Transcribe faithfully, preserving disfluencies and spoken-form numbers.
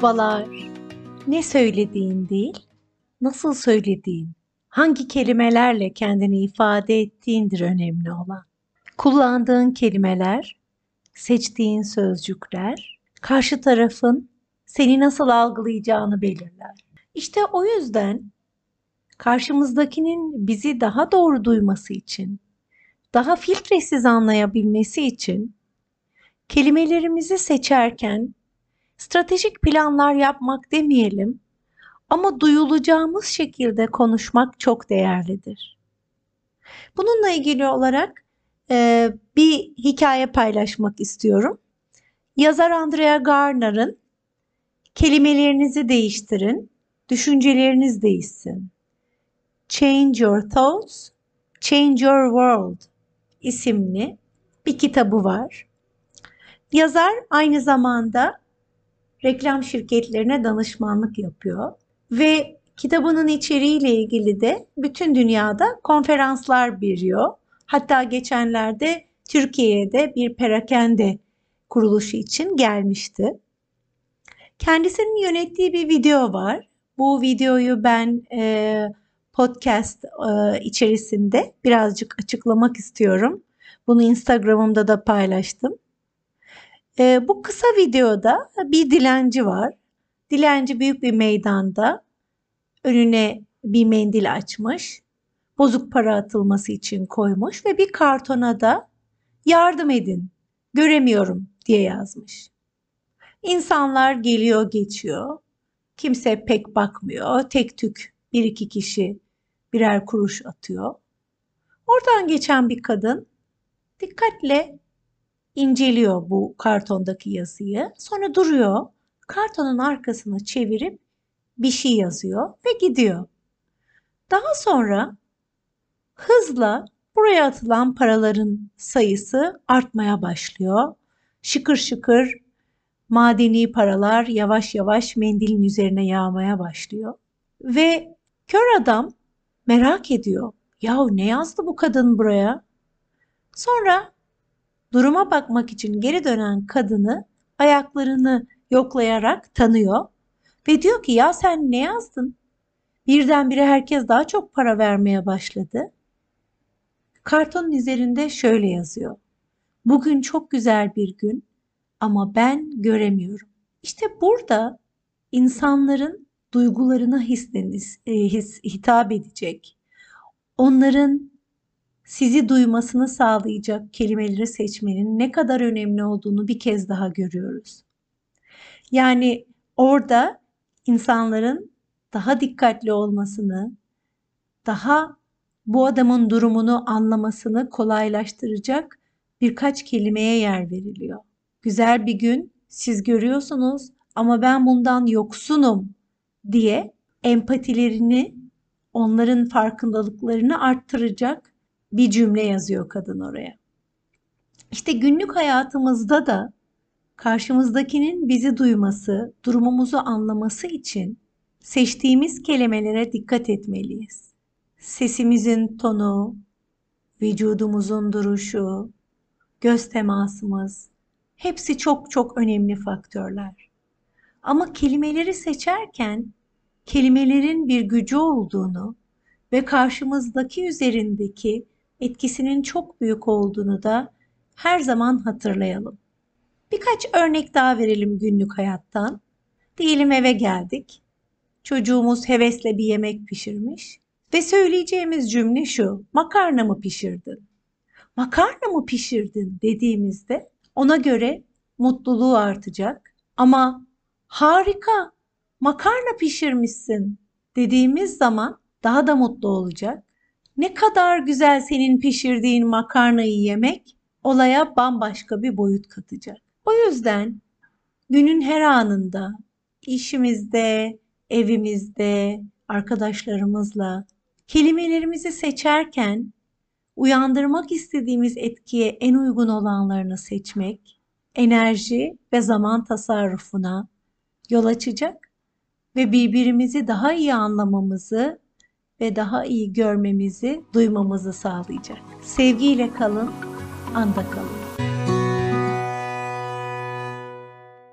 Merhabalar. Ne söylediğin değil, nasıl söylediğin, hangi kelimelerle kendini ifade ettiğindir önemli olan. Kullandığın kelimeler, seçtiğin sözcükler, karşı tarafın seni nasıl algılayacağını belirler. İşte o yüzden karşımızdakinin bizi daha doğru duyması için, daha filtresiz anlayabilmesi için kelimelerimizi seçerken stratejik planlar yapmak demeyelim ama duyulacağımız şekilde konuşmak çok değerlidir. Bununla ilgili olarak e, bir hikaye paylaşmak istiyorum. Yazar Andrea Garner'ın "Kelimelerinizi değiştirin, düşünceleriniz değişsin. Change your thoughts, change your world" isimli bir kitabı var. Yazar aynı zamanda reklam şirketlerine danışmanlık yapıyor ve kitabının içeriğiyle ilgili de bütün dünyada konferanslar veriyor. Hatta geçenlerde Türkiye'ye de bir perakende kuruluşu için gelmişti. Kendisinin yönettiği bir video var. Bu videoyu ben e, podcast e, içerisinde birazcık açıklamak istiyorum. Bunu Instagram'ımda da paylaştım. E, bu kısa videoda bir dilenci var. Dilenci büyük bir meydanda önüne bir mendil açmış. Bozuk para atılması için koymuş ve bir kartona da "Yardım edin, göremiyorum" diye yazmış. İnsanlar geliyor geçiyor. Kimse pek bakmıyor. Tek tük bir iki kişi birer kuruş atıyor. Oradan geçen bir kadın dikkatle inceliyor bu kartondaki yazıyı. Sonra duruyor. Kartonun arkasını çevirip bir şey yazıyor ve gidiyor. Daha sonra hızla buraya atılan paraların sayısı artmaya başlıyor. Şıkır şıkır madeni paralar yavaş yavaş mendilin üzerine yağmaya başlıyor. Ve kör adam merak ediyor. Yahu ne yazdı bu kadın buraya? Sonra duruma bakmak için geri dönen kadını ayaklarını yoklayarak tanıyor ve diyor ki "Ya sen ne yazdın?" Birdenbire herkes daha çok para vermeye başladı. Kartonun üzerinde şöyle yazıyor: "Bugün çok güzel bir gün ama ben göremiyorum." İşte burada insanların duygularına hisleniz, e, his, hitap edecek, onların sizi duymasını sağlayacak kelimeleri seçmenin ne kadar önemli olduğunu bir kez daha görüyoruz. Yani orada insanların daha dikkatli olmasını, daha bu adamın durumunu anlamasını kolaylaştıracak birkaç kelimeye yer veriliyor. "Güzel bir gün, siz görüyorsunuz ama ben bundan yoksunum" diye empatilerini, onların farkındalıklarını arttıracak bir cümle yazıyor kadın oraya. İşte günlük hayatımızda da karşımızdakinin bizi duyması, durumumuzu anlaması için seçtiğimiz kelimelere dikkat etmeliyiz. Sesimizin tonu, vücudumuzun duruşu, göz temasımız hepsi çok çok önemli faktörler. Ama kelimeleri seçerken kelimelerin bir gücü olduğunu ve karşımızdaki üzerindeki etkisinin çok büyük olduğunu da her zaman hatırlayalım. Birkaç örnek daha verelim günlük hayattan. Diyelim eve geldik. Çocuğumuz hevesle bir yemek pişirmiş ve söyleyeceğimiz cümle şu: "Makarna mı pişirdin?" "Makarna mı pişirdin?" dediğimizde ona göre mutluluğu artacak. Ama "Harika, makarna pişirmişsin" dediğimiz zaman daha da mutlu olacak. "Ne kadar güzel senin pişirdiğin makarnayı yemek" olaya bambaşka bir boyut katacak. O yüzden günün her anında, işimizde, evimizde, arkadaşlarımızla kelimelerimizi seçerken uyandırmak istediğimiz etkiye en uygun olanlarını seçmek, enerji ve zaman tasarrufuna yol açacak ve birbirimizi daha iyi anlamamızı ve daha iyi görmemizi, duymamızı sağlayacak. Sevgiyle kalın, anda kalın.